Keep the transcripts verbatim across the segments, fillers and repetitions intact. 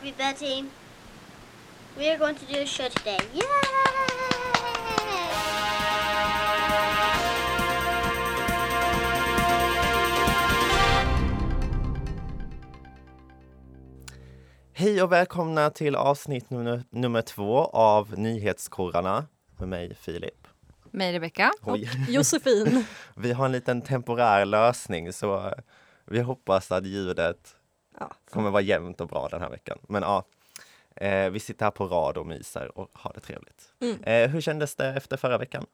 everybody. We are going to do a show today. Yay! Hej och välkomna till avsnitt nummer, nummer två av Nyhetskorrarna med mig Filip. Mig Rebecka. Och Josefin. Vi har en liten temporär lösning så vi hoppas att ljudet ja. kommer vara jämnt och bra den här veckan. Men ja, eh, vi sitter här på rad och myser och har det trevligt. Mm. Eh, hur kändes det efter förra veckan?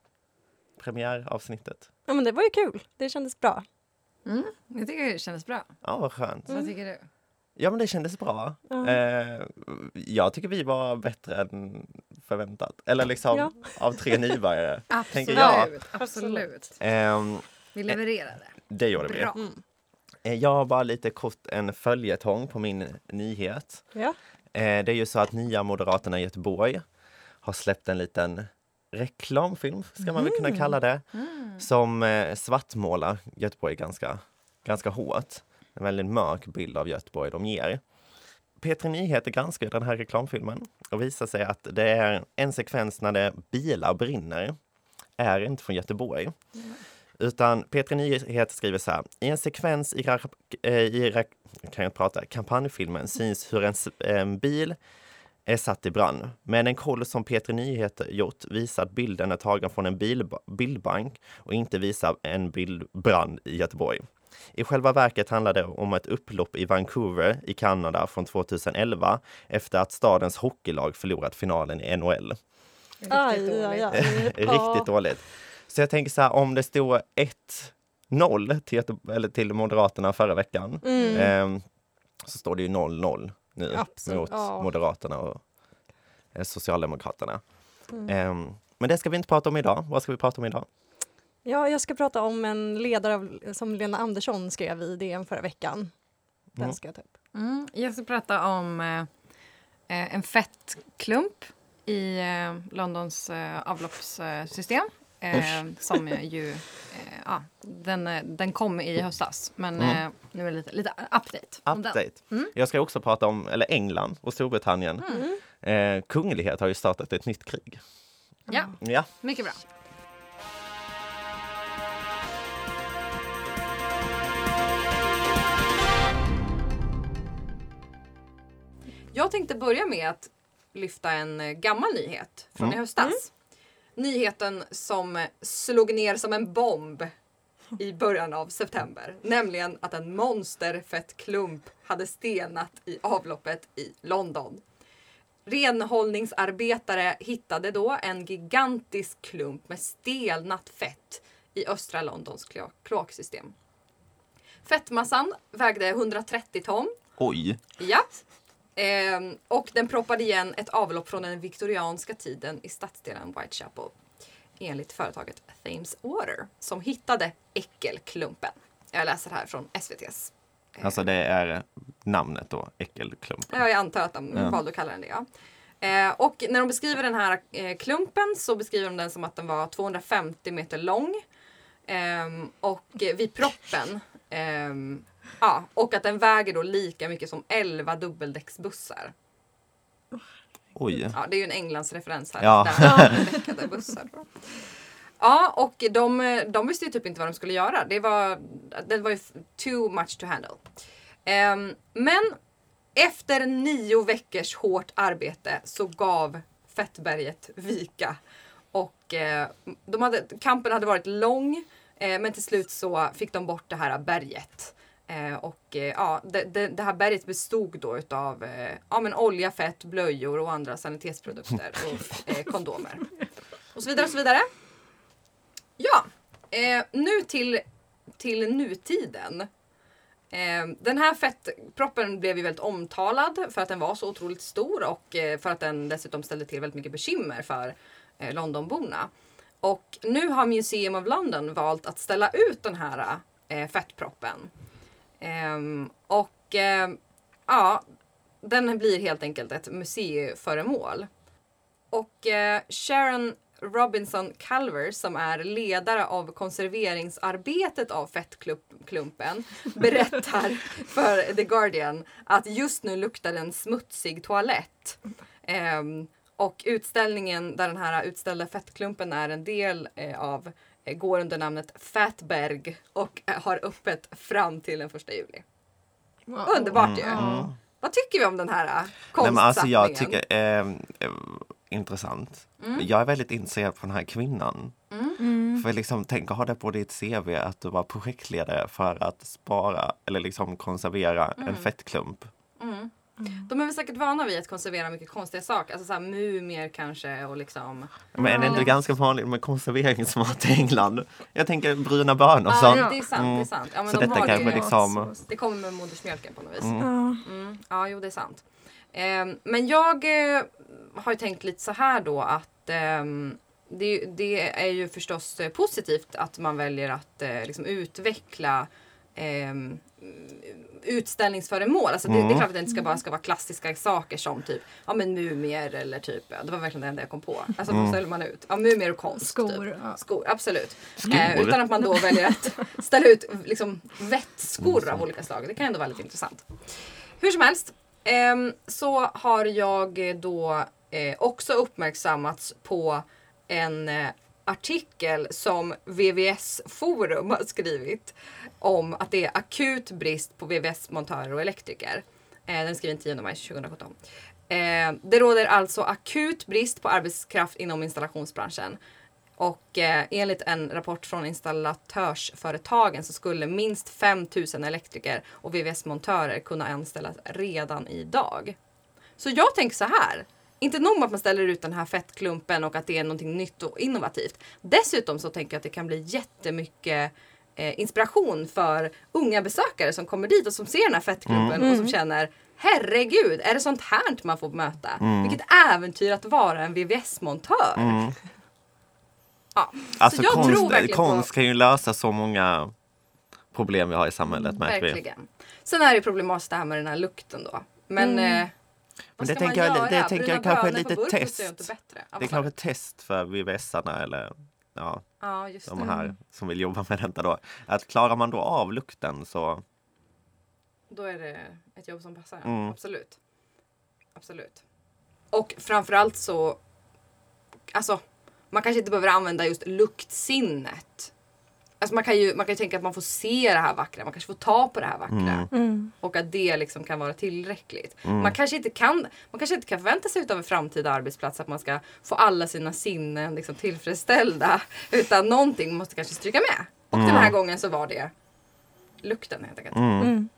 Premiäravsnittet. Ja men det var ju kul. Det kändes bra. Mm, jag tycker det kändes bra. Ja, vad skönt. Mm. Vad tycker du? Ja, men det kändes bra. Mm. Eh, jag tycker vi var bättre än förväntat. Eller liksom ja. av tre nybörjare. Absolut, jag. absolut. Eh, vi levererade. Det gjorde bra. vi. Mm. Eh, jag har bara lite kort en följetong på min nyhet. Ja. Eh, det är ju så att nya Moderaterna i Göteborg har släppt en liten reklamfilm, ska man väl kunna mm. kalla det. Mm. Som eh, svartmålar Göteborg ganska, ganska hårt. En väldigt mörk bild av Göteborg de ger. P tre Nyheter granskar den här reklamfilmen och visar sig att det är en sekvens när det bilar brinner. Är inte från Göteborg. Mm. Utan P tre Nyheter skriver så här. I en sekvens i, i kan jag prata, kampanjfilmen syns hur en, en bil är satt i brand. Men en koll som P tre Nyheter gjort visar att bilden är tagen från en bil, bildbank och inte visar en bildbrand i Göteborg. I själva verket handlar det om ett upplopp i Vancouver i Kanada från tjugoelva efter att stadens hockeylag förlorat finalen i N H L. Riktigt aj, dåligt. Aj, aj. Riktigt dåligt. Så jag tänker så här, om det stod ett noll till, eller till Moderaterna förra veckan mm. eh, så står det ju noll noll nu Absolut. mot ja. Moderaterna och eh, Socialdemokraterna. Mm. Eh, men det ska vi inte prata om idag. Vad ska vi prata om idag? Ja, jag ska prata om en ledare av, som Lena Andersson skrev i D N förra veckan. Den mm. ska jag ta upp. Mm, jag ska prata om eh, en fettklump i eh, Londons eh, avloppssystem. Eh, som ju, eh, ja, den, den kom i höstas. Men mm. eh, nu är det lite, lite update. Update. Mm. Jag ska också prata om eller England och Storbritannien. Mm. Eh, kunglighet har ju startat ett nytt krig. Ja, ja. mycket bra. Jag tänkte börja med att lyfta en gammal nyhet från mm. i höstas. Mm. Nyheten som slog ner som en bomb i början av september. Nämligen att en monsterfettklump hade stenat i avloppet i London. Renhållningsarbetare hittade då en gigantisk klump med stelnat fett i östra Londons kloaksystem. Fettmassan vägde hundratrettio ton. Oj! Ja. Eh, och den proppade igen ett avlopp från den viktorianska tiden i stadsdelen Whitechapel. Enligt företaget Thames Water som hittade äckelklumpen. Jag läser här från S V T:s. Eh, alltså det är namnet då, äckelklumpen. Ja, jag antar att de ja. valde att kalla den det, ja. Eh, och när de beskriver den här eh, klumpen så beskriver de den som att den var tvåhundrafemtio meter lång. Eh, och vid proppen... Eh, Ja, och att den väger då lika mycket som elva dubbeldäcksbussar. Oj. Ja, det är ju en Englands referens här. Ja. Där bussar. Ja, och de, de visste ju typ inte vad de skulle göra. Det var, det var ju too much to handle. Um, men efter nio veckors hårt arbete så gav fettberget vika. Och eh, de hade, kampen hade varit lång, eh, men till slut så fick de bort det här berget. Eh, och eh, ja, det, det, det här berget bestod då utav eh, ja, men olja, fett, blöjor och andra sanitetsprodukter och eh, kondomer. Och så vidare och så vidare. Ja, eh, nu till, till nutiden. Eh, den här fettproppen blev ju väldigt omtalad för att den var så otroligt stor och eh, för att den dessutom ställde till väldigt mycket bekymmer för eh, Londonborna. Och nu har Museum of London valt att ställa ut den här eh, fettproppen. Um, och um, ja, den blir helt enkelt ett museiföremål. Och uh, Sharon Robinson Calver, som är ledare av konserveringsarbetet av fettklumpen, berättar för The Guardian att just nu luktar en smutsig toalett. Um, och utställningen där den här utställda fettklumpen är en del eh, av eh, går under namnet Fatberg och eh, har öppet fram till den första juli. Wow. Underbart ju! Mm. Vad tycker vi om den här Nej, men alltså konstsatsningen? jag tycker eh, eh, intressant. Mm. Jag är väldigt intresserad på den här kvinnan. Mm. För liksom, tänk att ha det på ditt C V att du var projektledare för att spara eller liksom konservera Mm. en fettklump. Mm. De är väl säkert vana vid att konservera mycket konstiga saker. Alltså såhär mumier kanske och liksom... Men är det inte Ja. gansk vanligt med konserveringsmat i England? Jag tänker bruna bönor och Ja, sånt. det är sant. Det är sant. Ja, men Så de detta har kanske det, liksom... det kommer med modersmjölken på något vis. Mm. Ja. Mm. Ja, jo det är sant. Ehm, men jag eh, har ju tänkt lite så här då att ehm, det, det är ju förstås eh, positivt att man väljer att eh, liksom utveckla ehm, utställningsföremål. Alltså det, Mm. det är klart att det inte ska bara ska vara klassiska saker som typ ja men mumier eller typ, ja, det var verkligen det enda jag kom på. Alltså Mm. vad ställer man ut? Ja, mumier och konst. Skor. Typ. Ja. Skor, absolut. Skor. Eh, utan att man då väljer att ställa ut liksom vätskor av olika slag. Det kan ändå vara lite intressant. Hur som helst ehm, så har jag då eh, också uppmärksammats på en eh, artikel som V V S-forum har skrivit om att det är akut brist på V V S-montörer och elektriker. Eh, den är skriven tionde maj tjugosjutton. Eh, det råder alltså akut brist på arbetskraft inom installationsbranschen. Och eh, enligt en rapport från installatörsföretagen så skulle minst fem tusen elektriker och V V S-montörer kunna anställas redan idag. Så jag tänker så här. Inte nog med att man ställer ut den här fettklumpen och att det är någonting nytt och innovativt. Dessutom så tänker jag att det kan bli jättemycket eh, inspiration för unga besökare som kommer dit och som ser den här fettklumpen Mm. och som känner herregud, är det sånt här man får möta? Mm. Vilket äventyr att vara en V V S-montör. Mm. Ja. Alltså jag tror konst, verkligen konst på- kan ju lösa så många problem vi har i samhället, märker vi. Verkligen. Sen är det problematiskt det här med den här lukten då. Men Mm. eh, Men vad det ska man tänker jag- göra? det tänker jag Bruna kanske är bönor på lite burk test. är ju inte bättre. Ja, Det är vad sa kanske ett test för V V S-arna eller ja, du? Ja, just de det. här som vill jobba med detta då. Att klarar man då av lukten så... Då är det ett jobb som passar. Mm. Absolut. Absolut. Och framförallt så, alltså, man kanske inte behöver använda just luktsinnet. Alltså man kan ju, man kan ju tänka att man får se det här vackra, man kanske får ta på det här vackra. Mm. Mm. Och att det liksom kan vara tillräckligt. Mm. Man, kanske inte kan, man kanske inte kan förvänta sig utav en framtida arbetsplats att man ska få alla sina sinnen liksom tillfredsställda. Utan någonting måste kanske stryka med. Och Mm. den här gången så var det lukten helt enkelt. Mm. Mm.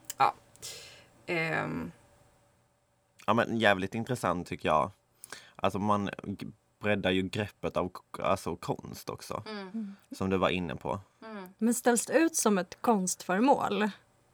Ehm, Ja, men jävligt intressant tycker jag. Alltså man g- breddar ju greppet av k- alltså konst också. mm, Som du var inne på. mm. Men ställs det ut som ett konstföremål?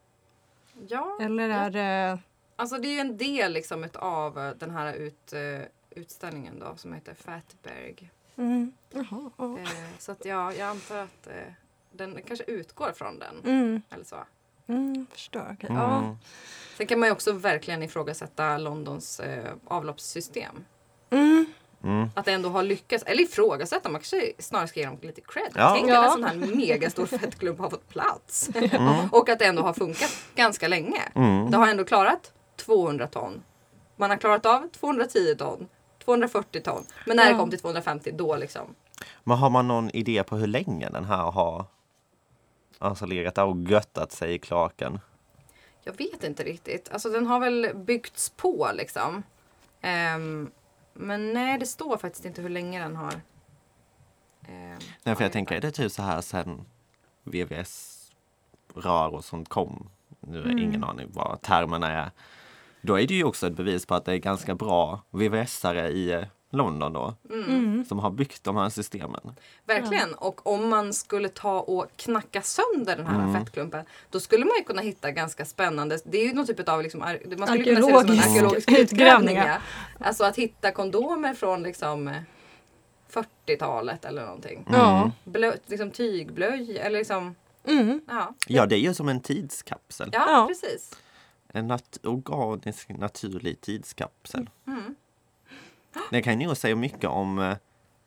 Ja, Eller är det... alltså det är ju en del liksom av den här ut, eh, utställningen då som heter Fatberg. Mm. Jaha. ja. Eh, så att jag, jag antar att eh, den kanske utgår från den. Mm. Eller så. Mm, förstår. Okej. Mm. Ja. Sen kan man ju också verkligen ifrågasätta Londons eh, avloppssystem. Mm. Mm. Att det ändå har lyckats. Eller ifrågasätta, man kanske snarare ska ge dem lite cred. Ja. Tänk Ja. att en sån här megastor fettklump har fått plats. Mm. Och att det ändå har funkat ganska länge. Mm. Det har ändå klarat tvåhundra ton. Man har klarat av tvåhundratio ton. tvåhundrafyrtio ton. Men när Ja. det kom till tvåhundrafemtio då liksom. Men har man någon idé på hur länge den här har alltså legat där och göttat sig i klaken? Jag vet inte riktigt. Alltså den har väl byggts på liksom. Ehm, men nej, det står faktiskt inte hur länge den har. ehm, Nej, för jag ja, tänker, är det typ så här sen V V S-rör och sånt kom? Nu är Mm. ingen aning vad termerna är. Då är det ju också ett bevis på att det är ganska bra V V S-are i eh, London då. Mm. Mm. Som har byggt de här systemen. Verkligen. Och om man skulle ta och knacka sönder den här Mm. fettklumpen. Då skulle man ju kunna hitta ganska spännande. Det är ju någon typ av liksom, ar- man skulle kunna se det som en Arkeologisk arkeologisk utgrävning, utgrävning. ja. Ja. Alltså att hitta kondomer från liksom eh, fyrtiotalet eller någonting. Ja. Blö, liksom tygblöj eller liksom, Mm. ja. Ja, det är ju som en tidskapsel. Ja, Ja. precis. En nat- organisk, naturlig tidskapsel. Mm. Det kan ju säga mycket om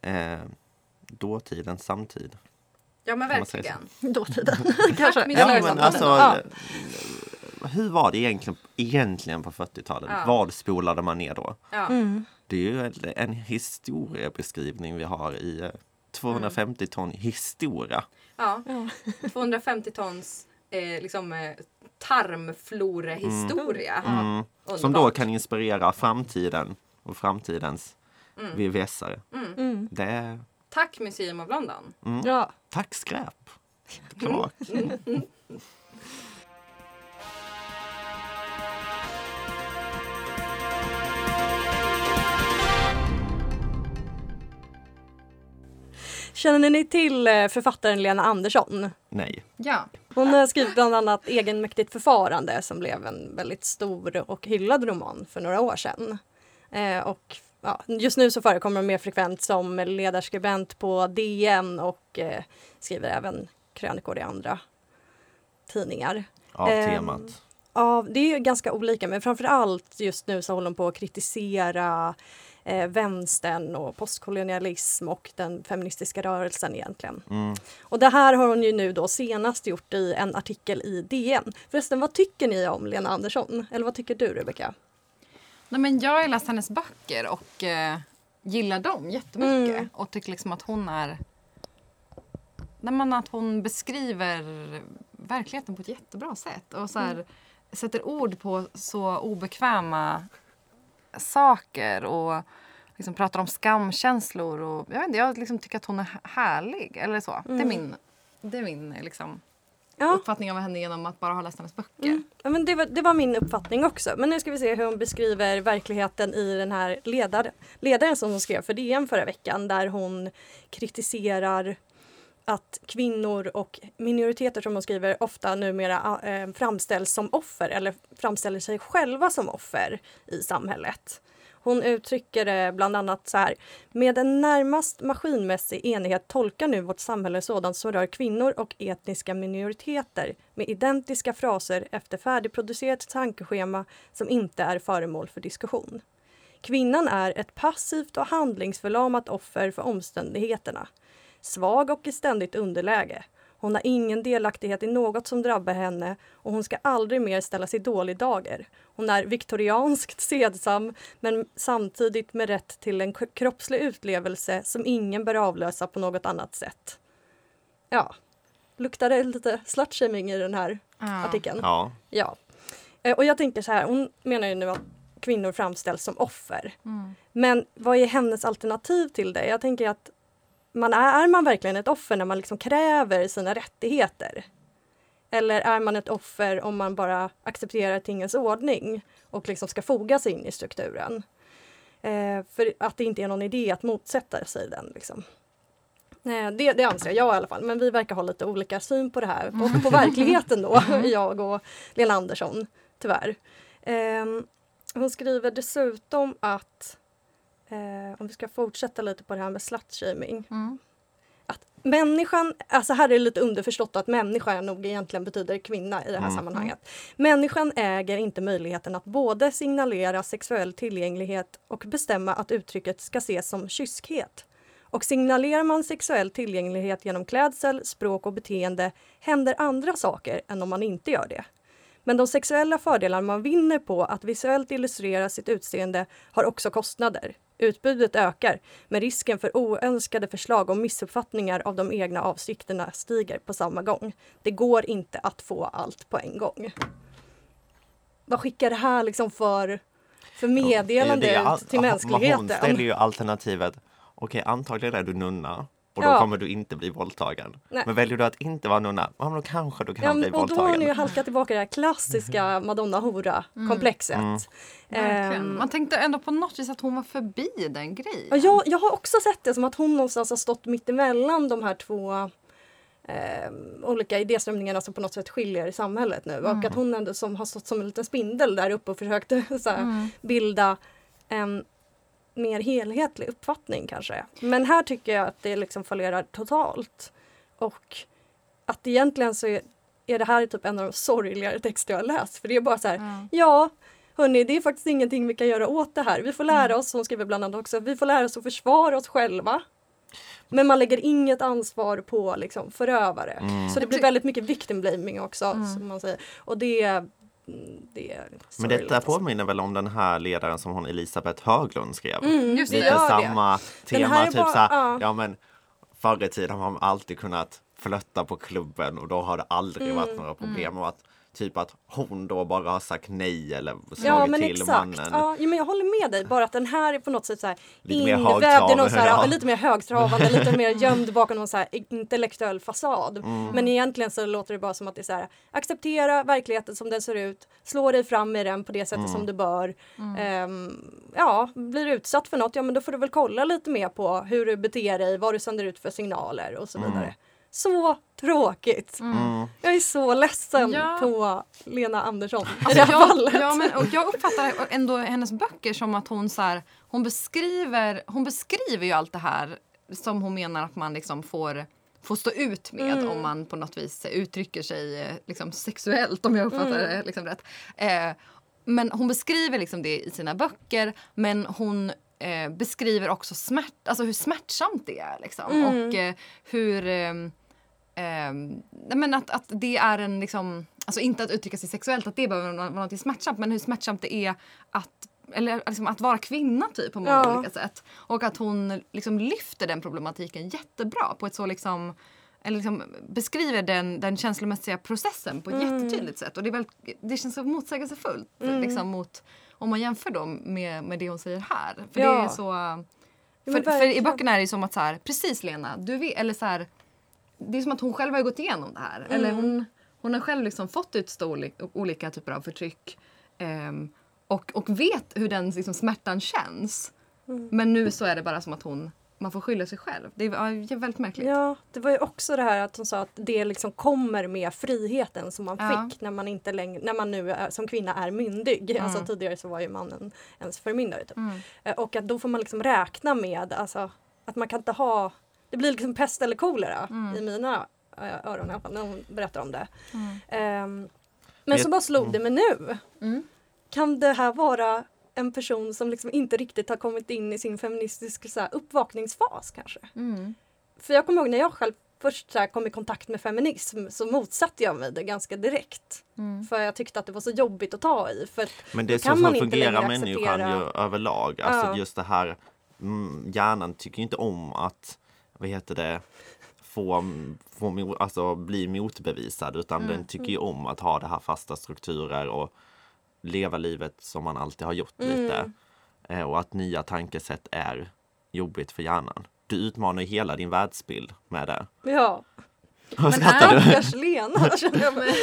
eh, dåtidens samtid. Ja men Kan man säga verkligen. Dåtiden. Tack, Kanske. Miss Ja, Larsson. men alltså, Ja. hur var det egentligen, egentligen på fyrtiotalet? Ja. Vad spolade man ner då? Ja. Mm. Det är ju en, en historiebeskrivning vi har i eh, tvåhundrafemtio ton historia. Ja. Ja. tvåhundrafemtio tons eh, liksom, eh, tarmflorehistoria. Mm. Som då Underbart. kan inspirera framtiden och framtidens Mm. V V S-are. Mm. Det, Tack Museum of London. mm. Ja. Tack skräp! Klart. Känner ni till eh, författaren Lena Andersson? Nej. Ja. Hon har skrivit bland annat Egenmäktigt förfarande som blev en väldigt stor och hyllad roman för några år sedan. Eh, och ja, just nu så förekommer hon mer frekvent som ledarskribent på D N och eh, skriver även krönikor i andra tidningar. Av Ehm, temat. Ja, det är ju ganska olika, men framför allt just nu så håller hon på att kritisera eh, vänstern och postkolonialism och den feministiska rörelsen egentligen. Mm. Och det här har hon ju nu då senast gjort i en artikel i D N. Förresten, vad tycker ni om Lena Andersson? Eller vad tycker du, Rebecca? Nej, men jag har läst hennes böcker och eh, gillar dem jättemycket. Mm. Och tycker liksom att hon är... Nej, men att hon beskriver verkligheten på ett jättebra sätt. Och så här, Mm. sätter ord på så obekväma saker. Och liksom pratar om skamkänslor. Och, jag vet inte, jag liksom tycker att hon är härlig. Eller så. Det är Mm. min, det är min liksom, Ja. uppfattning av henne genom att bara ha läst hennes böcker. Mm. Ja, men det, var, det var min uppfattning också. Men nu ska vi se hur hon beskriver verkligheten i den här ledar, ledaren som hon skrev för D N förra veckan. Där hon kritiserar att kvinnor och minoriteter, som hon skriver, ofta numera äh, framställs som offer eller framställer sig själva som offer i samhället. Hon uttrycker det bland annat så här: med en närmast maskinmässig enighet tolkar nu vårt samhälle sådant som rör kvinnor och etniska minoriteter med identiska fraser efter färdigproducerat tankeschema som inte är föremål för diskussion. Kvinnan är ett passivt och handlingsförlamat offer för omständigheterna. Svag och i ständigt underläge. Hon har ingen delaktighet i något som drabbar henne och hon ska aldrig mer ställas i dålig dager. Hon är viktorianskt sedsam men samtidigt med rätt till en k- kroppslig utlevelse som ingen bör avlösa på något annat sätt. Ja, luktar det lite slutshaming i den här Ja. artikeln? Ja. Ja. Eh, Och jag tänker så här, hon menar ju nu att kvinnor framställs som offer. Mm. Men vad är hennes alternativ till det? Jag tänker att man är, är man verkligen ett offer när man liksom kräver sina rättigheter? Eller är man ett offer om man bara accepterar tingens ordning och liksom ska foga sig in i strukturen? Eh, för att det inte är någon idé att motsätta sig den. Liksom. Eh, det, det anser jag i alla fall. Men vi verkar ha lite olika syn på det här. På, på verkligheten då, jag och Lena Andersson, tyvärr. Eh, hon skriver dessutom att Eh, om vi ska fortsätta lite på det här med slutshaming. Mm. Att människan, alltså här är det lite underförstått att människa nog egentligen betyder kvinna i det här Mm. sammanhanget. Människan äger inte möjligheten att både signalera sexuell tillgänglighet och bestämma att uttrycket ska ses som kyskhet. Och signalerar man sexuell tillgänglighet genom klädsel, språk och beteende händer andra saker än om man inte gör det. Men de sexuella fördelar man vinner på att visuellt illustrera sitt utseende har också kostnader. Utbudet ökar, men risken för oönskade förslag och missuppfattningar av de egna avsikterna stiger på samma gång. Det går inte att få allt på en gång. Vad skickar det här liksom för, för meddelande Det är all- ut till Hon mänskligheten? ställer ju alternativet, okej antagligen är du nunna och då Ja. kommer du inte bli våldtagen. Nej. Men väljer du att inte vara nunna, ja men då kanske du kan Ja, bli men- och då har våldtagen. ni ju halkat tillbaka i det här klassiska Madonna-hora-komplexet. Mm. Verkligen. Ehm, Man tänkte ändå på något vis att hon var förbi den grejen. Och jag, jag har också sett det som att hon någonstans har stått mitt emellan de här två eh, olika idéströmningarna som på något sätt skiljer i samhället nu. Mm. Och att hon ändå som har stått som en liten spindel där uppe och försökt så här, Mm. bilda en mer helhetlig uppfattning kanske. Men här tycker jag att det liksom fallerar totalt. Och att egentligen så är, är det här typ en av de sorgligare texter jag har läst. För det är bara så här, Ja. ja, hörni, det är faktiskt ingenting vi kan göra åt det här. Vi får lära oss, hon skriver bland annat också, vi får lära oss att försvara oss själva. Men man lägger inget ansvar på liksom, förövare. Mm. Så det blir väldigt mycket victim blaming också. Mm. Som man säger. Och det, det är Men detta påminner väl om den här ledaren som hon Elisabeth Höglund skrev. Mm, just det, Lite gör samma det. tema. Typ bara, såhär, ja. ja men förr i tiden har man alltid kunnat flötta på klubben och då har det aldrig Mm. varit några problem. Mm. Och att typ att hon då bara har sagt nej eller slagit ja, men till exakt. mannen. Ja, men jag håller med dig. Bara att den här är på något sätt så här Lite mer invävd i högtravande, någon så här, ja. lite mer högtravande, lite mer gömd bakom någon så här intellektuell fasad. Mm. Men egentligen så låter det bara som att det är så här, acceptera verkligheten som den ser ut, slå dig fram i den på det sättet Mm. som du bör. Um, ja, blir du utsatt för något, ja men då får du väl kolla lite mer på hur du beter dig, vad du sänder ut för signaler och så vidare. Mm. Så tråkigt. Mm. Jag är så ledsen Ja. på Lena Andersson i Alltså, det här jag, fallet. ja, men, och jag uppfattar ändå hennes böcker som att hon så här, hon beskriver hon beskriver ju allt det här som hon menar att man liksom får får stå ut med Mm. om man på något vis uttrycker sig eh, liksom sexuellt, om jag uppfattar Mm. det liksom rätt. Eh, men hon beskriver liksom det i sina böcker, men hon eh, beskriver också smärt, alltså hur smärtsamt det är liksom. Mm. Och eh, hur eh, eh, men att, att det är en liksom, alltså inte att uttrycka sig sexuellt, att det behöver vara något smärtsamt, men hur smärtsamt det är att eller liksom att vara kvinna typ på många Ja. olika sätt. Och att hon liksom lyfter den problematiken jättebra på ett så liksom, eller liksom beskriver den, den känslomässiga processen på ett Mm. jättetydligt sätt. Och det, är väl, det känns så motsägelsefullt Mm. liksom, mot, om man jämför dem med, med det hon säger här. För Ja. det är så... men För, för i verkligen. böckerna är det som att så här, precis Lena, du vet, eller så här, det är som att hon själv har gått igenom det här. Eller hon, hon har själv liksom fått utstå olika, olika typer av förtryck. Ehm, och, och vet hur den liksom, smärtan känns. Men nu så är det bara som att hon, man får skylla sig själv. Det är, ja, det är väldigt märkligt. Ja, det var ju också det här att hon sa att det liksom kommer med friheten som man Ja. fick när man inte längre, när man nu är, som kvinna är myndig. Mm. Alltså tidigare så var ju mannen ens förmyndare typ. Mm. Eh, Och att då får man liksom räkna med alltså, att man kan inte ha, det blir liksom pest eller kolera Mm. i mina eh, öron i alla fall när hon berättar om det. Mm. Ehm, men Vet- så bara slog det mig nu. Mm. Kan det här vara en person som liksom inte riktigt har kommit in i sin feministiska så här, uppvakningsfas kanske? Mm. För jag kommer ihåg när jag själv först så här, kom i kontakt med feminism så motsatte jag mig det ganska direkt. Mm. För jag tyckte att det var så jobbigt att ta i. För Men det är då kan så man som inte fungerar längre människan acceptera- ju överlag. Alltså Ja. just det här, mm, hjärnan tycker inte om att, vad heter det, få, få mo- alltså, bli motbevisad. Utan Mm. den tycker ju om att ha det här fasta strukturer och leva livet som man alltid har gjort Mm. lite. Eh, och att nya tankesätt är jobbigt för hjärnan. Du utmanar ju hela din världsbild med det. ja, Vad skrattar du? stackars Lena känner jag mig.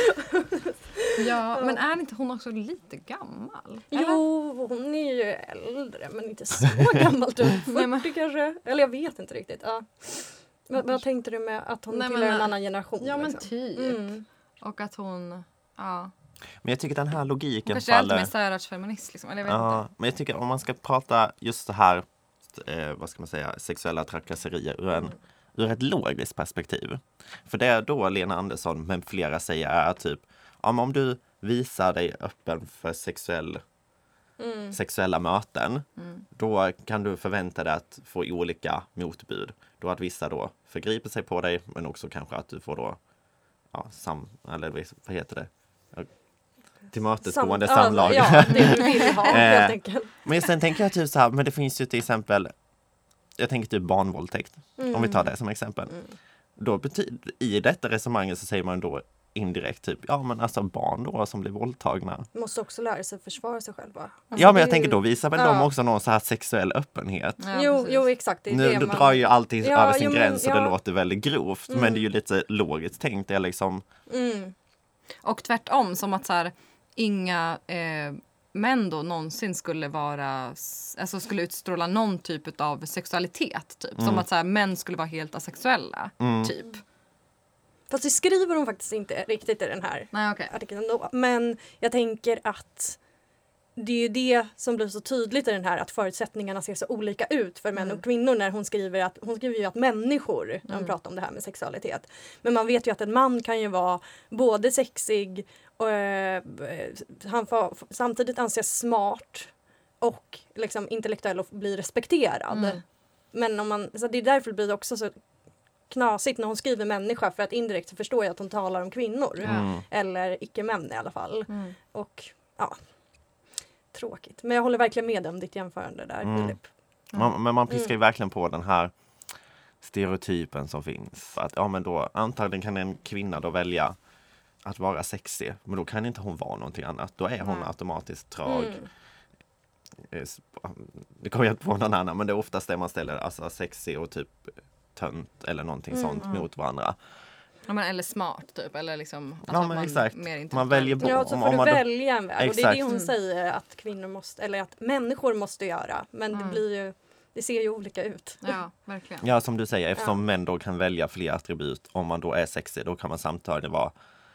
Ja, men är inte hon också lite gammal? Eller? Jo, hon är ju äldre men inte så gammal. Typ Nej, men- fyrtio kanske. Eller jag vet inte riktigt. Ja. Vad, vad tänkte du med att hon Nej, men- tillhör en annan generation? Ja, men liksom? typ. Mm. Och att hon, ja. Men jag tycker den här Hon logiken kanske är lite mer faller... särartsfeminist liksom. Eller jag vet Ja, inte. men jag tycker om man ska prata just så här, eh, vad ska man säga, sexuella trakasserier ur, en, ur ett logiskt perspektiv. För det är då Lena Andersson med flera säger är typ, ja, men om du visar dig öppen för sexuell, Mm. sexuella möten, Mm. då kan du förvänta dig att få olika motbud. Då att vissa då förgriper sig på dig, men också kanske att du får då, ja, sam, eller vad heter det? Tillmötesgående Sam- samlag. Ja, det du vill ha helt Eh, enkelt. Men sen tänker jag typ så här, men det finns ju till exempel, jag tänker typ barnvåldtäkt, om vi tar det som exempel. Mm. Då betyder, i detta resonemanget så säger man då indirekt typ, ja men alltså barn då som blir våldtagna. Måste också lära sig försvara sig själva. Ja men det jag är tänker ju- då visar väl ja. de också någon så här sexuell öppenhet. Ja, jo, precis. jo, exakt. Det är Nu det du man... drar ju alltid Ja, över sin jo, men- gräns och ja. det låter väldigt grovt. Mm. Men det är ju lite logiskt tänkt. Det är liksom, Mm. Och tvärtom, som att så här, inga eh, män då någonsin skulle vara, alltså skulle utstråla någon typ av sexualitet. Typ. Som Mm. att så här, män skulle vara helt asexuella. mm, Typ. Fast det skriver hon faktiskt inte riktigt i den här Nej, okej. artikeln ändå. Men jag tänker att det är ju det som blir så tydligt i den här, att förutsättningarna ser så olika ut för män Mm. och kvinnor när hon skriver att, hon skriver ju att människor, när hon Mm. pratar om det här med sexualitet. Men man vet ju att en man kan ju vara både sexig och eh, han får samtidigt anses smart och liksom intellektuell och bli respekterad. Mm. Men om man, så det är därför det blir också så knasigt när hon skriver människa, för att indirekt så förstår jag att hon talar om kvinnor. Mm. Eller icke-män i alla fall. Mm. Och ja, tråkigt. Men jag håller verkligen med om ditt jämförande där, Mm. Filip. Man, men man piskar ju Mm. verkligen på den här stereotypen som finns. Att, ja, men då, antagligen kan en kvinna då välja att vara sexig. Men då kan inte hon vara någonting annat. Då är hon Nej. automatiskt trag. Mm. Eh, Det kommer jag inte på någon annan. Men det är oftast det man ställer. Alltså sexig och typ tönt eller någonting Mm. sånt mot varandra. Ja, men, eller smart typ. Eller liksom, alltså Ja, att men man exakt. mer Man intellektuell. väljer bort. Ja, så om- får om du man då- välja en väg. Och det är det Exakt. hon Mm. säger att kvinnor måste, eller att människor måste göra. Men det Mm. blir ju, det ser ju olika ut. Ja, verkligen. Ja, som du säger, eftersom Ja. män då kan välja fler attribut. Om man då är sexig, då kan man samtidigt vara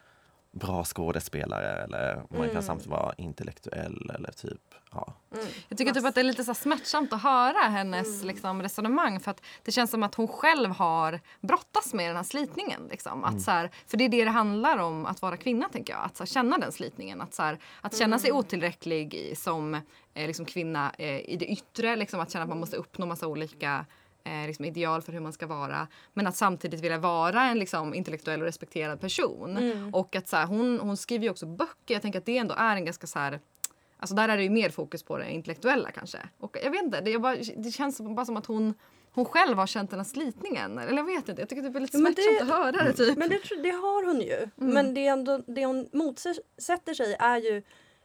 bra skådespelare eller man kan Mm. samtidigt vara intellektuell eller typ, ja. Mm. Jag tycker typ att det är lite så här smärtsamt att höra hennes Mm. liksom, resonemang. För att det känns som att hon själv har brottats med den här slitningen. Liksom. Att, så här, för det är det det handlar om att vara kvinna, tänker jag. Att så här, känna den slitningen. Att, så här, att känna sig otillräcklig i, som eh, liksom, kvinna eh, i det yttre. Liksom, att känna att man måste uppnå massa olika eh, liksom, ideal för hur man ska vara. Men att samtidigt vilja vara en liksom, intellektuell och respekterad person. Mm. Och att så här, hon, hon skriver ju också böcker. Jag tänker att det ändå är en ganska så här... Alltså där är det ju mer fokus på det intellektuella kanske. Och jag vet inte, det, är bara, det känns bara som att hon, hon själv har känt den här slitningen. Eller jag vet inte, jag tycker det är lite Ja, men det- smärtsamt att höra det typ. Men det, tr- det har hon ju. Men det, är ändå, det hon motsätter sig är ju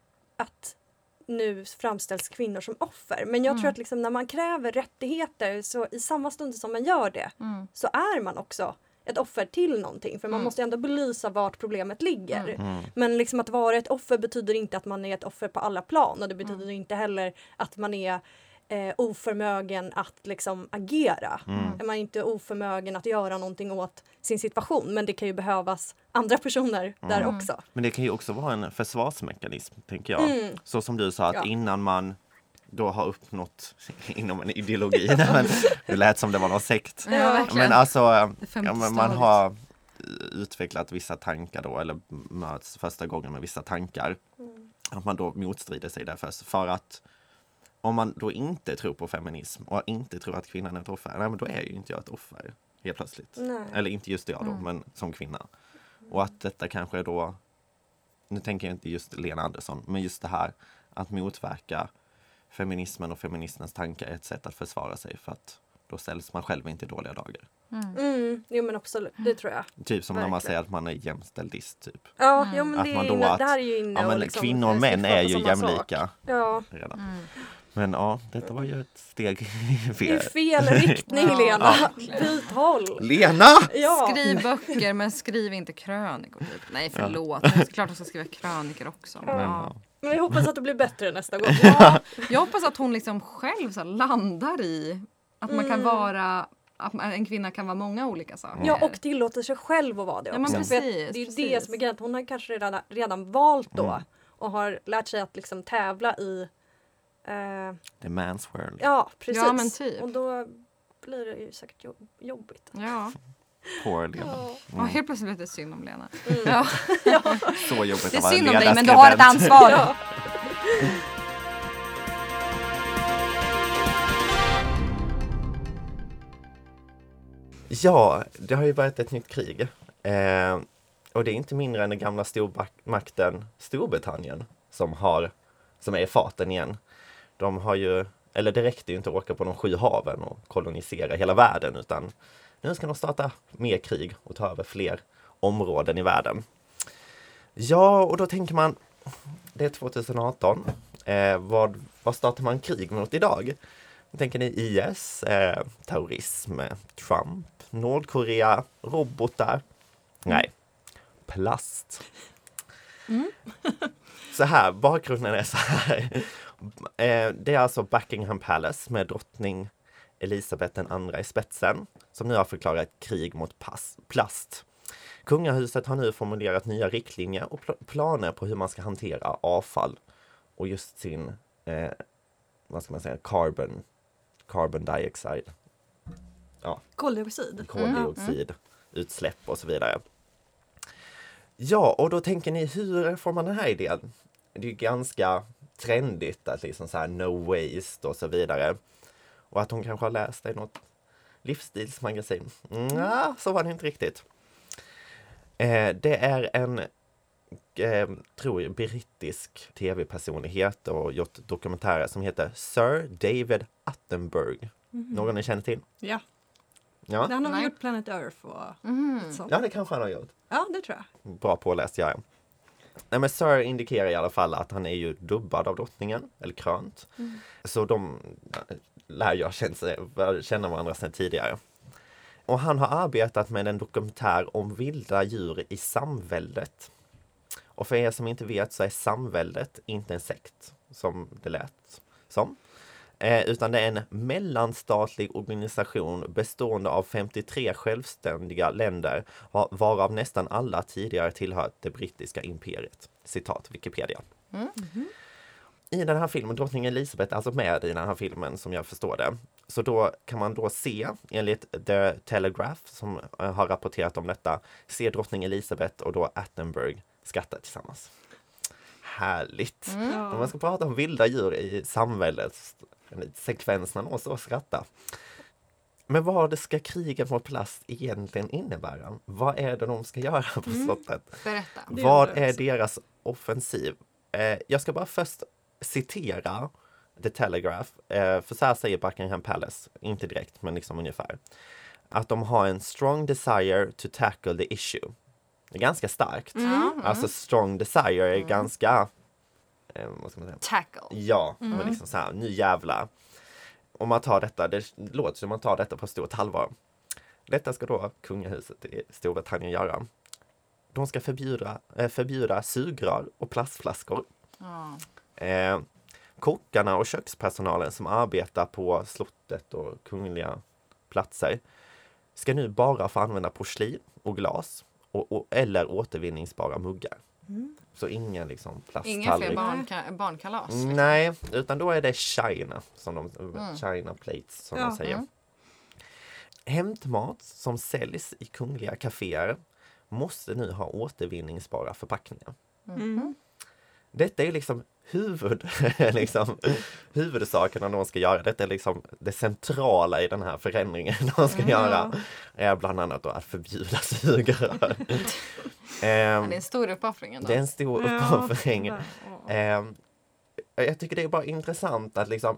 att nu framställs kvinnor som offer. Men jag tror att liksom när man kräver rättigheter, så i samma stund som man gör det, Mm. så är man också ett offer till någonting. För man Mm. måste ändå belysa vart problemet ligger. Mm. Men liksom att vara ett offer betyder inte att man är ett offer på alla plan. Och det betyder inte heller att man är eh, oförmögen att liksom agera. Mm. Är man inte oförmögen att göra någonting åt sin situation. Men det kan ju behövas andra personer där Mm. också. Men det kan ju också vara en försvarsmekanism, tänker jag. Mm. Så som du sa, att Ja. innan man då har uppnått inom en ideologi. Nej, men det lät som det var någon sekt. Ja, verkligen. Men alltså, Det femte ja, men man stadiet. har utvecklat vissa tankar då, eller möts första gången med vissa tankar. Mm. Att man då motstrider sig där först. För att om man då inte tror på feminism och inte tror att kvinnan är ett offer, nej, men då är ju inte jag ett offer helt plötsligt. Nej. Eller inte just jag då, Mm. men som kvinna. Och att detta kanske är då, nu tänker jag inte just Lena Andersson, men just det här att motverka feminismen och feministens tankar är ett sätt att försvara sig, för att då ställs man själv inte i dåliga dagar. Mm. Jo men absolut, det tror jag. Typ som när man Verkligen. säger att man är jämställdist typ. Ja, Mm. jo, men Att det, man är då inne, att- det här är ju inne Ja, men och liksom kvinnor och män stifta är på ju samma jämlika sak. Ja. redan. Mm. Men ja, detta var ju ett steg i Det är fel. fel riktning Ja, Lena. verkligen. Byt håll. Lena! Ja. Skriv böcker men skriv inte krönikor. Typ. Nej förlåt, det är klart hon ska skriva krönikor också. Ja. Ja. Men vi hoppas att det blir bättre nästa gång. Ja, jag hoppas att hon liksom själv så här landar i att man kan Mm. vara, att en kvinna kan vara många olika saker. Ja, och tillåter sig själv att vara det Ja, men också. precis, För att det är ju det precis. som är grejen. Hon har kanske redan, redan valt då Mm. och har lärt sig att liksom tävla i... Eh, The man's world. ja, precis. Ja, men typ. Och då blir det ju säkert jobb, jobbigt. Ja. Poor Lena. Ja. Ja, helt plötsligt blev det synd om Lena. Mm. Ja. Så jobbigt Det är att vara synd om dig men du ledarskribent. har ett ansvar. Ja. Ja, det har ju varit ett nytt krig. Eh, och det är inte mindre än den gamla stormakten Storbritannien som, har, som är i farten igen. De har ju, eller det räckte ju inte att åka på de sju haven och kolonisera hela världen, utan nu ska de starta mer krig och ta över fler områden i världen. Ja, och då tänker man, det är tjugo arton. Eh, vad, vad startar man krig mot idag? Tänker ni I S, eh, terrorism, Trump, Nordkorea, robotar? Nej, plast. Mm. Så här, bakgrunden är så här. Eh, det är alltså Buckingham Palace med drottning Elisabeth den andra i spetsen som nu har förklarat krig mot pass, plast. Kungahuset har nu formulerat nya riktlinjer och pl- planer på hur man ska hantera avfall och just sin, eh, vad ska man säga, carbon carbon dioxide, Koldioxid. koldioxid, utsläpp och så vidare. Ja, och då tänker ni, hur får man den här idén? Det är ju ganska trendigt att liksom så här no waste och så vidare. och att hon kanske har läst det i något livsstilsmagasin. Mm, ja, så var det inte riktigt. Eh, det är en eh, tror jag, brittisk tv-personlighet och gjort dokumentärer som heter Sir David Attenborough. Mhm. Någon ni känner till? Ja, Ja, han har väl Nej. gjort Planet Earth och Mhm. sånt. ja det kanske han har gjort. Ja, det tror jag. Bra påläst jag är. Nej, men Sir indikerar i alla fall att han är ju dubbad av drottningen, eller krönt. Mm. Så de ja, lär jag känna, känna varandra sedan tidigare. Och han har arbetat med en dokumentär om vilda djur i samväldet. Och för er som inte vet så är samväldet inte en sekt, som det lät som. Eh, utan det är en mellanstatlig organisation bestående av femtiotre självständiga länder, va- varav nästan alla tidigare tillhört det brittiska imperiet. Citat Wikipedia. Mm. I den här filmen, drottning Elizabeth är alltså med i den här filmen som jag förstår det. Så då kan man då se, enligt The Telegraph som eh, har rapporterat om detta, se drottning Elizabeth och då Attenborough skratta tillsammans. Härligt! Om man ska prata om vilda djur i samhället, sekvens när någon står och skrattar. Men vad ska kriget mot plast egentligen innebära? Vad är det de ska göra på slottet? Berätta. Det Vad undrar jag är också. deras offensiv? Eh, jag ska bara först citera The Telegraph. Eh, för så här säger Buckingham Palace, inte direkt men liksom ungefär. Att de har en strong desire to tackle the issue. Det är ganska starkt. Mm. Alltså strong desire är ganska... Eh, vad ska man säga? Tackle. Ja, men liksom så här, nu jävlar. Om man tar detta, det låter som man tar detta på stort allvar. Detta ska då kungahuset i Storbritannien göra. De ska förbjuda, eh, förbjuda sugrör och plastflaskor. Ja. Eh, kockarna och kökspersonalen som arbetar på slottet och kungliga platser ska nu bara få använda porslin och glas och, och, eller återvinningsbara muggar. Mm. Så inga liksom Inga plasttallrikar. fler barnka- barnkalas. liksom. Nej, utan då är det China, som de, Mm. China plates som Ja. de säger. Mm. Hämtmat som säljs i kungliga kaféer måste nu ha återvinningsbara förpackningar. Mm. Detta är liksom huvud, liksom, huvudsakerna de ska göra. Detta är liksom det centrala i den här förändringen de ska Mm. göra. Är bland annat då att förbjuda sugrör. Ja, Ehm, det är en stor uppoffring ändå. det är en stor Ja, uppoffring. ja. Ehm, jag tycker det är bara intressant att liksom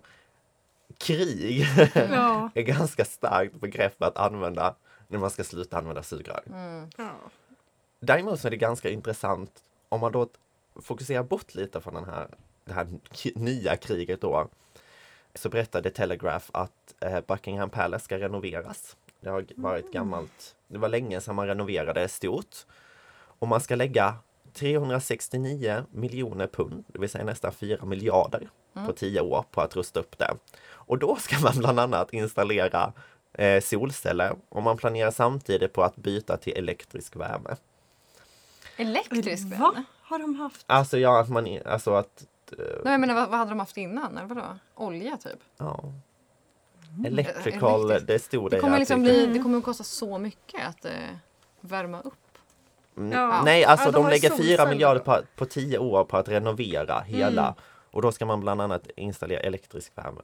krig Ja. är ganska starkt begrepp att använda när man ska sluta använda sugrör. Mm. Ja. Däremot så är det ganska intressant om man då fokuserar bort lite från den här, det här k- nya kriget då. Så berättade Telegraph att eh, Buckingham Palace ska renoveras. Det har varit gammalt, det var länge sedan man renoverade stort. Och man ska lägga trehundrasextionio miljoner pund, det vill säga nästan fyra miljarder på tio år på att rusta upp det. Och då ska man bland annat installera eh, solceller och man planerar samtidigt på att byta till elektrisk värme. Elektrisk Va? värme? Har de haft? Alltså ja, att man, alltså att, eh, Nej, men vad, vad hade de haft innan? Eller vadå? Olja typ? ja. Electrical, Elektriskt. det stod det. Det kommer, att liksom det- bli, det kommer att kosta så mycket att eh, värma upp. Mm, Ja. Nej, alltså Ja, de de har lägger solceller fyra miljarder då. på, på tio år på att renovera hela. Mm. Och då ska man bland annat installera elektrisk värme.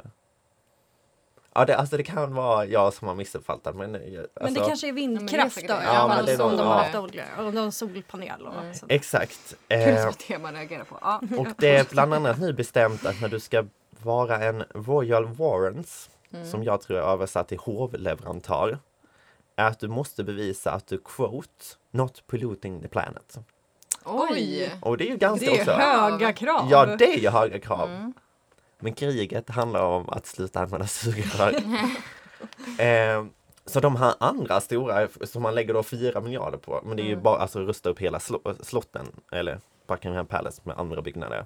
Ja, det, alltså det kan vara jag som har missuppfattat. Men, eh, alltså, Men det kanske är men det är vindkraft säkert då, det. i Ja, alla men fall det är som nog- de har ja. haft olja och de solpanel och Mm. sånt. Exakt. Kul Eh, som det man reagerar på. Ja. och det är bland annat nu bestämt att när du ska vara en Royal Warrants, Mm. som jag tror är översatt till hovleverantör, är att du måste bevisa att du quote not polluting the planet. Oj! Och det är ju ganska Det är också... höga krav. Ja, det är ju höga krav. Mm. Men kriget handlar om att sluta använda sugrör. eh, så de här andra stora som man lägger då fyra miljarder på, men det är ju Mm. bara alltså rusta upp hela slo- slotten eller Buckingham Palace med andra byggnader.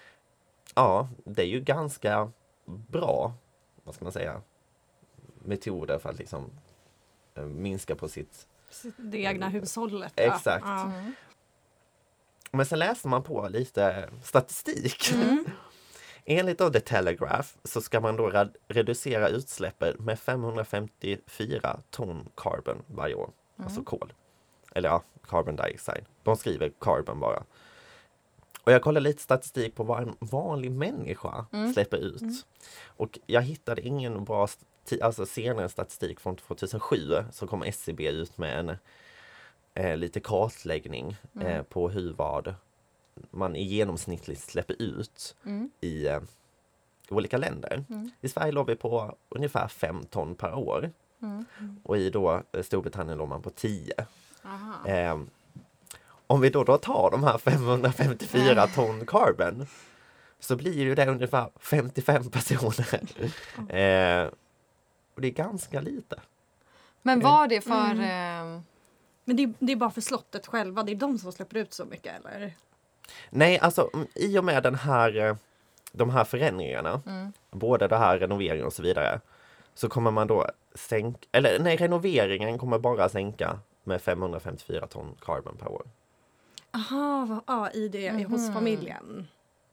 Ja, det är ju ganska bra, vad ska man säga, metoder för att liksom eh, minska på sitt. Det egna hushållet. Exakt. Ja. Mm. Men sen läser man på lite statistik. Mm. Enligt då The Telegraph så ska man då rad- reducera utsläppet med femhundrafemtiofyra ton carbon varje år. Alltså kol. Eller ja, carbon dioxide. De skriver carbon bara. Och jag kollade lite statistik på vad en vanlig människa Mm. släpper ut. Mm. Och jag hittade ingen bra sti- alltså senare statistik från tjugohundrasju så kom S C B ut med en eh, lite kartläggning Mm. eh, på hur vad man i genomsnittligt släpper ut Mm. i eh, olika länder. Mm. I Sverige låg vi på ungefär fem ton per år. Mm. Och i då eh, Storbritannien låg man på tio. Aha. Eh, om vi då, då tar de här femhundrafemtiofyra ton carbon så blir ju det ungefär femtiofem personer. eh, och det är ganska lite. Men var det för... Eh, Men det är, det är bara för slottet själva, det är de som släpper ut så mycket eller? Nej, alltså mm, i och med den här, eh, de här förändringarna, mm. både det här renoveringen och så vidare, så kommer man då sänka, eller nej, renoveringen kommer bara sänka med femhundrafemtiofyra ton carbon per år. Aha, vad- ja, i det, Mhm. hos familjen.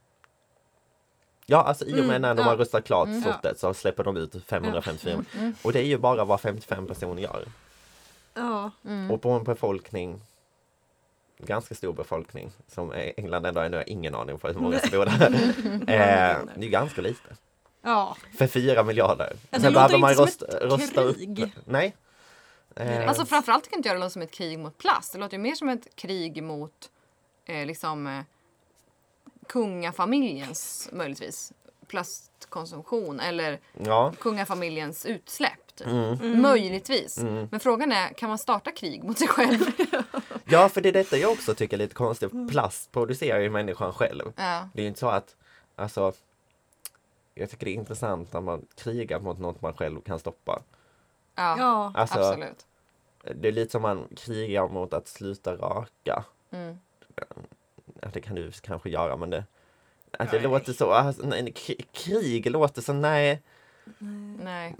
Ja, alltså i och med Mm, när de ja. har rustat klart Mm. slottet så släpper de ut femhundrafemtiofyra. Mm. Och det är ju bara vad femtiofem personer gör. Ja. Mm. Och på en befolkning, ganska stor befolkning, som är England ändå, ändå har jag ingen aning på hur många som bor där. eh, det är ganska lite. Ja. För fyra miljarder. det Sen låter behöver man inte som rosta, ett rosta upp. krig. Nej. Eh, Alltså framförallt kan jag inte göra det som ett krig mot plast. Det låter ju mer som ett krig mot eh, liksom eh, kungafamiljens möjligtvis plastkonsumtion eller ja. kungafamiljens utsläpp. Typ. Mm. Möjligtvis. Mm. Men frågan är, kan man starta krig mot sig själv? ja, för det är detta jag också tycker är lite konstigt. Plast producerar ju människan själv. ja. Det är ju inte så att, alltså, jag tycker det är intressant när man krigar mot något man själv kan stoppa. Ja, Ja. Alltså, absolut. det är lite som man krigar mot att sluta röka. Mm. Ja, det kan du kanske göra, men det, att det Nej. låter så, alltså, nej, k- krig låter så, nej. Nej.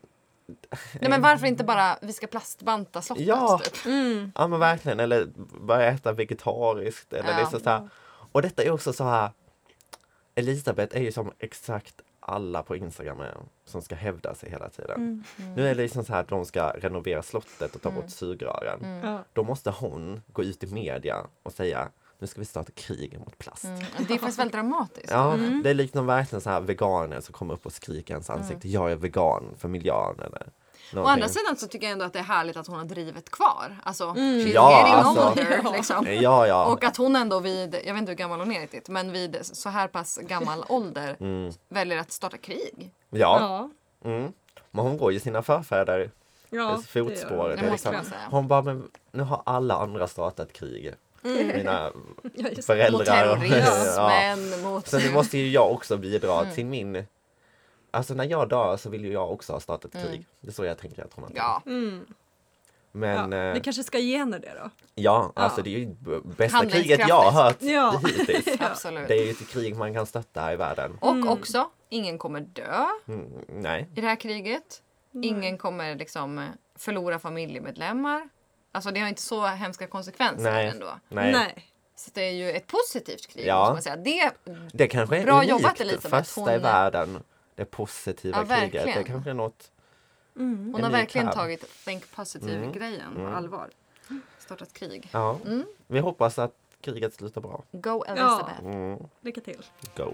Nej men varför inte bara, vi ska plastbanta slottet Ja. typ. Mm. Ja men verkligen, eller börja äta vegetariskt. Eller Ja. liksom så här. Och detta är också så här, Elisabeth är ju som exakt alla på Instagram är, som ska hävda sig hela tiden. Mm. Nu är det liksom så här att de ska renovera slottet och ta Mm. bort sugrören. Mm. Ja. Då måste hon gå ut i media och säga, nu ska vi starta krig mot plast. Mm. Det är faktiskt väldigt dramatiskt. Ja, Mm. det är liksom verkligen så här veganer som kommer upp och skriker i ens ansikte. Jag är vegan för miljön eller någonting. Å andra sidan så tycker jag ändå att det är härligt att hon har drivet kvar. Alltså, she's Ja, getting alltså. older liksom. Ja, ja. Och att hon ändå vid, jag vet inte hur gammal hon är riktigt, men vid så här pass gammal ålder Mm. väljer att starta krig. Ja. Ja. Mm. Men hon går ju sina förfäder Ja, i fotspår. det Det Det är måste liksom, man säga. hon bara, men nu har alla andra startat krig. Mina Ja, just det. Mot föräldrar. och- terrorism, ja. men mot... Så nu måste ju jag också bidra Mm. till min... Alltså när jag dör så vill ju jag också ha startat Mm. krig. Det är så jag tänker att hon har tänkt. Ja, Mm. Men Ja. ja, Vi kanske ska ge henne det då. ja, alltså Ja. det är ju b- bästa kriget jag har hört Ja. hittills. absolut. Det är ju ett krig man kan stötta här i världen. Och Mm. också, ingen kommer dö Mm, nej. i det här kriget. Ingen kommer liksom eh, förlora familjemedlemmar. Alltså det har inte så hemska konsekvenser Nej. ändå. nej. Nej. Så det är ju ett positivt krig Ja. måste man säga. Det, Det kanske är Bra unikt, jobbat, Elisabeth. första Hon- i världen. Det positiva Ja, kriget. verkligen. Det kanske är något... Mm. hon har Unik verkligen här. tagit think positive-grejen Mm. på allvar. Startat krig. Ja. Mm. Vi hoppas att kriget slutar bra. Go Elizabeth. Mm. Lycka till. Go.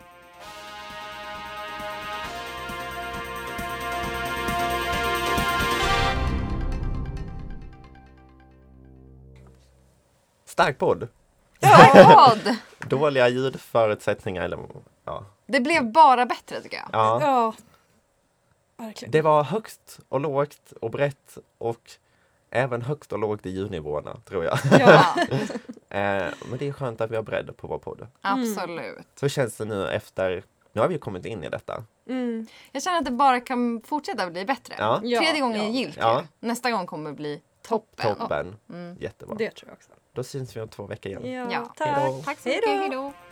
Stark podd. Vad? Dåliga ljudförutsättningar. Eller, ja. Det blev bara bättre tycker jag. Ja. Ja. Verkligen. Det var högt och lågt och brett och även högt och lågt i ljudnivåerna, tror jag. Ja, Eh, men det är skönt att vi har bredd på vår podd. absolut. Hur känns det nu efter... Nu har vi kommit in i detta. Mm. Jag känner att det bara kan fortsätta bli bättre. Ja. Ja, Tredje gången ja. är gillt. Ja. Nästa gång kommer bli toppen. Toppen. Mm. Jättebra. Det tror jag också. Då syns vi om två veckor igen. Ja, Ja. tack. Hej då. Tack så Hej mycket. då. Hej då.